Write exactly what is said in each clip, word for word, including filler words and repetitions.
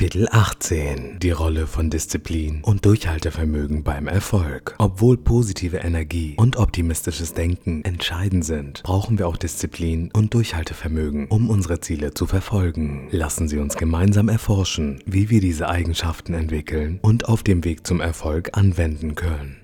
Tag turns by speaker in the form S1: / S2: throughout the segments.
S1: Kapitel achtzehn. Die Rolle von Disziplin und Durchhaltevermögen beim Erfolg. Obwohl positive Energie und optimistisches Denken entscheidend sind, brauchen wir auch Disziplin und Durchhaltevermögen, um unsere Ziele zu verfolgen. Lassen Sie uns gemeinsam erforschen, wie wir diese Eigenschaften entwickeln und auf dem Weg zum Erfolg anwenden können.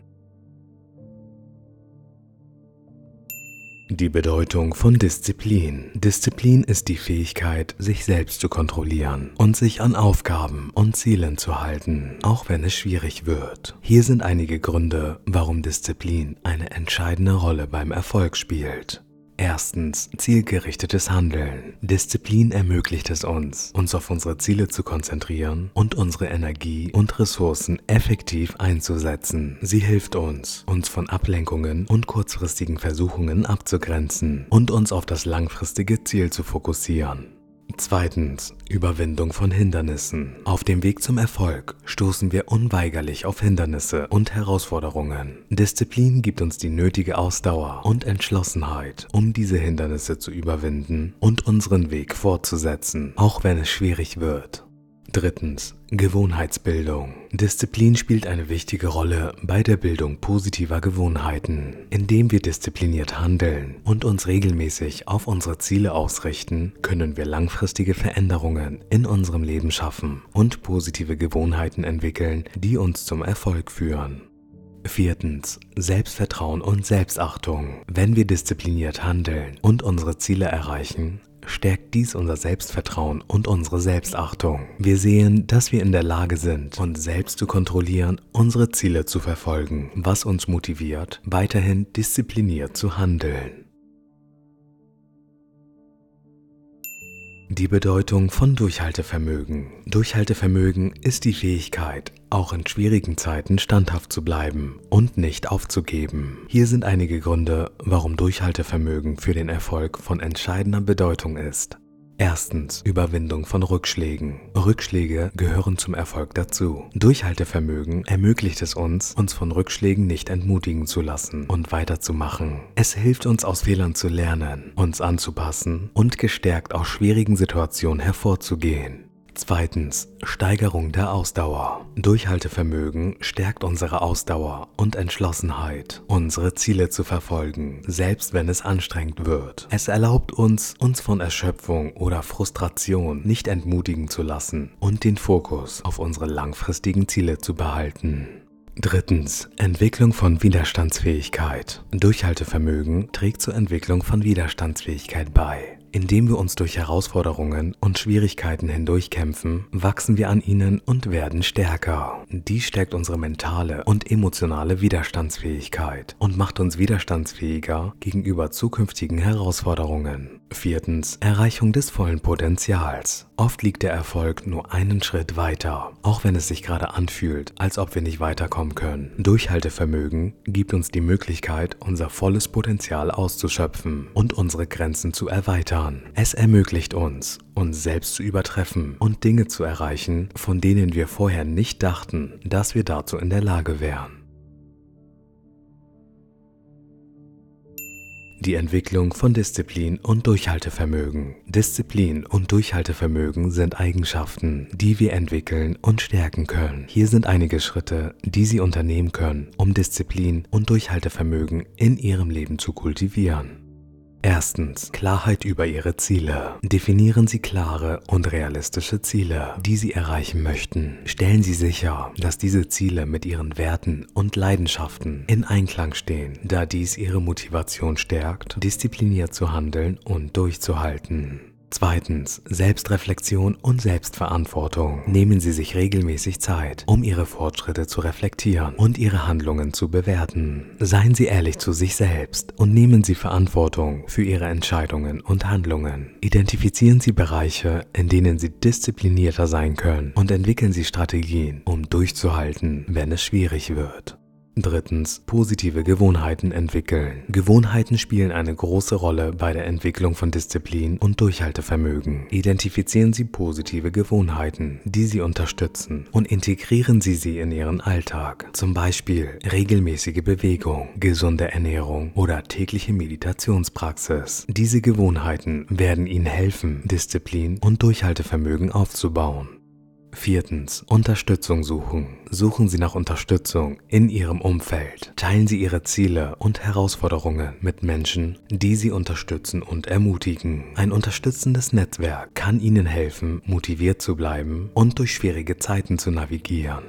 S1: Die Bedeutung von Disziplin. Disziplin ist die Fähigkeit, sich selbst zu kontrollieren und sich an Aufgaben und Zielen zu halten, auch wenn es schwierig wird. Hier sind einige Gründe, warum Disziplin eine entscheidende Rolle beim Erfolg spielt. Erstens, zielgerichtetes Handeln. Disziplin ermöglicht es uns, uns auf unsere Ziele zu konzentrieren und unsere Energie und Ressourcen effektiv einzusetzen. Sie hilft uns, uns von Ablenkungen und kurzfristigen Versuchungen abzugrenzen und uns auf das langfristige Ziel zu fokussieren. Zweitens, Überwindung von Hindernissen. Auf dem Weg zum Erfolg stoßen wir unweigerlich auf Hindernisse und Herausforderungen. Disziplin gibt uns die nötige Ausdauer und Entschlossenheit, um diese Hindernisse zu überwinden und unseren Weg fortzusetzen, auch wenn es schwierig wird. Drittens, Gewohnheitsbildung. Disziplin spielt eine wichtige Rolle bei der Bildung positiver Gewohnheiten. Indem wir diszipliniert handeln und uns regelmäßig auf unsere Ziele ausrichten, können wir langfristige Veränderungen in unserem Leben schaffen und positive Gewohnheiten entwickeln, die uns zum Erfolg führen. Viertens, Selbstvertrauen und Selbstachtung. Wenn wir diszipliniert handeln und unsere Ziele erreichen, stärkt dies unser Selbstvertrauen und unsere Selbstachtung. Wir sehen, dass wir in der Lage sind, uns selbst zu kontrollieren, unsere Ziele zu verfolgen, was uns motiviert, weiterhin diszipliniert zu handeln. Die Bedeutung von Durchhaltevermögen. Durchhaltevermögen ist die Fähigkeit, auch in schwierigen Zeiten standhaft zu bleiben und nicht aufzugeben. Hier sind einige Gründe, warum Durchhaltevermögen für den Erfolg von entscheidender Bedeutung ist. Erstens, Überwindung von Rückschlägen. Rückschläge gehören zum Erfolg dazu. Durchhaltevermögen ermöglicht es uns, uns von Rückschlägen nicht entmutigen zu lassen und weiterzumachen. Es hilft uns, aus Fehlern zu lernen, uns anzupassen und gestärkt aus schwierigen Situationen hervorzugehen. Zweitens, Steigerung der Ausdauer. Durchhaltevermögen stärkt unsere Ausdauer und Entschlossenheit, unsere Ziele zu verfolgen, selbst wenn es anstrengend wird. Es erlaubt uns, uns von Erschöpfung oder Frustration nicht entmutigen zu lassen und den Fokus auf unsere langfristigen Ziele zu behalten. Drittens, Entwicklung von Widerstandsfähigkeit. Durchhaltevermögen trägt zur Entwicklung von Widerstandsfähigkeit bei. Indem wir uns durch Herausforderungen und Schwierigkeiten hindurchkämpfen, wachsen wir an ihnen und werden stärker. Dies stärkt unsere mentale und emotionale Widerstandsfähigkeit und macht uns widerstandsfähiger gegenüber zukünftigen Herausforderungen. Viertens, Erreichung des vollen Potenzials. Oft liegt der Erfolg nur einen Schritt weiter, auch wenn es sich gerade anfühlt, als ob wir nicht weiterkommen können. Durchhaltevermögen gibt uns die Möglichkeit, unser volles Potenzial auszuschöpfen und unsere Grenzen zu erweitern. Es ermöglicht uns, uns selbst zu übertreffen und Dinge zu erreichen, von denen wir vorher nicht dachten, dass wir dazu in der Lage wären. Die Entwicklung von Disziplin und Durchhaltevermögen. Disziplin und Durchhaltevermögen sind Eigenschaften, die wir entwickeln und stärken können. Hier sind einige Schritte, die Sie unternehmen können, um Disziplin und Durchhaltevermögen in Ihrem Leben zu kultivieren. Erstens, Klarheit über Ihre Ziele. Definieren Sie klare und realistische Ziele, die Sie erreichen möchten. Stellen Sie sicher, dass diese Ziele mit Ihren Werten und Leidenschaften in Einklang stehen, da dies Ihre Motivation stärkt, diszipliniert zu handeln und durchzuhalten. Zweitens, Selbstreflexion und Selbstverantwortung. Nehmen Sie sich regelmäßig Zeit, um Ihre Fortschritte zu reflektieren und Ihre Handlungen zu bewerten. Seien Sie ehrlich zu sich selbst und nehmen Sie Verantwortung für Ihre Entscheidungen und Handlungen. Identifizieren Sie Bereiche, in denen Sie disziplinierter sein können und entwickeln Sie Strategien, um durchzuhalten, wenn es schwierig wird. Drittens, positive Gewohnheiten entwickeln. Gewohnheiten spielen eine große Rolle bei der Entwicklung von Disziplin und Durchhaltevermögen. Identifizieren Sie positive Gewohnheiten, die Sie unterstützen, und integrieren Sie sie in Ihren Alltag. Zum Beispiel regelmäßige Bewegung, gesunde Ernährung oder tägliche Meditationspraxis. Diese Gewohnheiten werden Ihnen helfen, Disziplin und Durchhaltevermögen aufzubauen. Viertens. Unterstützung suchen. Suchen Sie nach Unterstützung in Ihrem Umfeld. Teilen Sie Ihre Ziele und Herausforderungen mit Menschen, die Sie unterstützen und ermutigen. Ein unterstützendes Netzwerk kann Ihnen helfen, motiviert zu bleiben und durch schwierige Zeiten zu navigieren.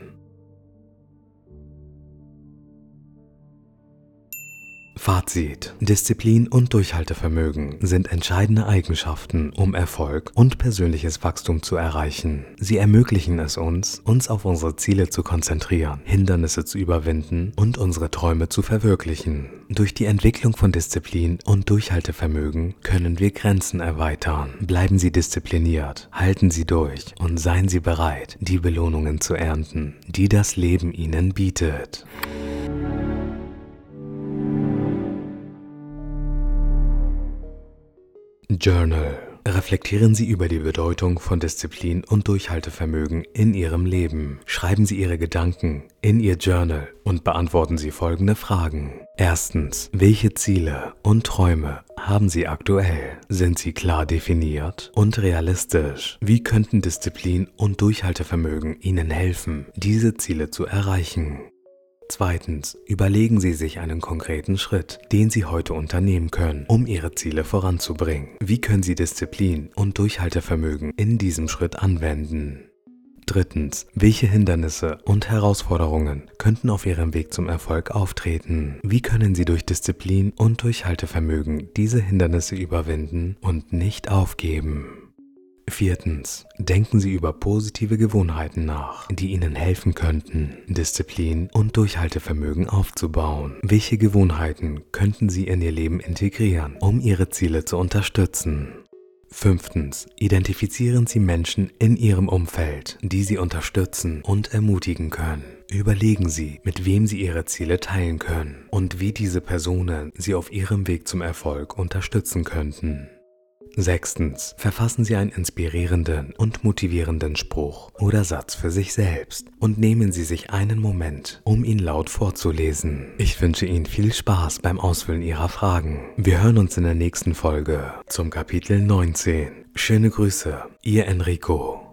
S1: Fazit: Disziplin und Durchhaltevermögen sind entscheidende Eigenschaften, um Erfolg und persönliches Wachstum zu erreichen. Sie ermöglichen es uns, uns auf unsere Ziele zu konzentrieren, Hindernisse zu überwinden und unsere Träume zu verwirklichen. Durch die Entwicklung von Disziplin und Durchhaltevermögen können wir Grenzen erweitern. Bleiben Sie diszipliniert, halten Sie durch und seien Sie bereit, die Belohnungen zu ernten, die das Leben Ihnen bietet. Journal. Reflektieren Sie über die Bedeutung von Disziplin und Durchhaltevermögen in Ihrem Leben. Schreiben Sie Ihre Gedanken in Ihr Journal und beantworten Sie folgende Fragen. Erstens. Welche Ziele und Träume haben Sie aktuell? Sind sie klar definiert und realistisch? Wie könnten Disziplin und Durchhaltevermögen Ihnen helfen, diese Ziele zu erreichen? Zweitens. Überlegen Sie sich einen konkreten Schritt, den Sie heute unternehmen können, um Ihre Ziele voranzubringen. Wie können Sie Disziplin und Durchhaltevermögen in diesem Schritt anwenden? Drittens. Welche Hindernisse und Herausforderungen könnten auf Ihrem Weg zum Erfolg auftreten? Wie können Sie durch Disziplin und Durchhaltevermögen diese Hindernisse überwinden und nicht aufgeben? Viertens. Denken Sie über positive Gewohnheiten nach, die Ihnen helfen könnten, Disziplin und Durchhaltevermögen aufzubauen. Welche Gewohnheiten könnten Sie in Ihr Leben integrieren, um Ihre Ziele zu unterstützen? Fünftens. Identifizieren Sie Menschen in Ihrem Umfeld, die Sie unterstützen und ermutigen können. Überlegen Sie, mit wem Sie Ihre Ziele teilen können und wie diese Personen Sie auf Ihrem Weg zum Erfolg unterstützen könnten. Sechstens. Verfassen Sie einen inspirierenden und motivierenden Spruch oder Satz für sich selbst und nehmen Sie sich einen Moment, um ihn laut vorzulesen. Ich wünsche Ihnen viel Spaß beim Ausfüllen Ihrer Fragen. Wir hören uns in der nächsten Folge zum Kapitel neunzehn. Schöne Grüße, Ihr Enrico.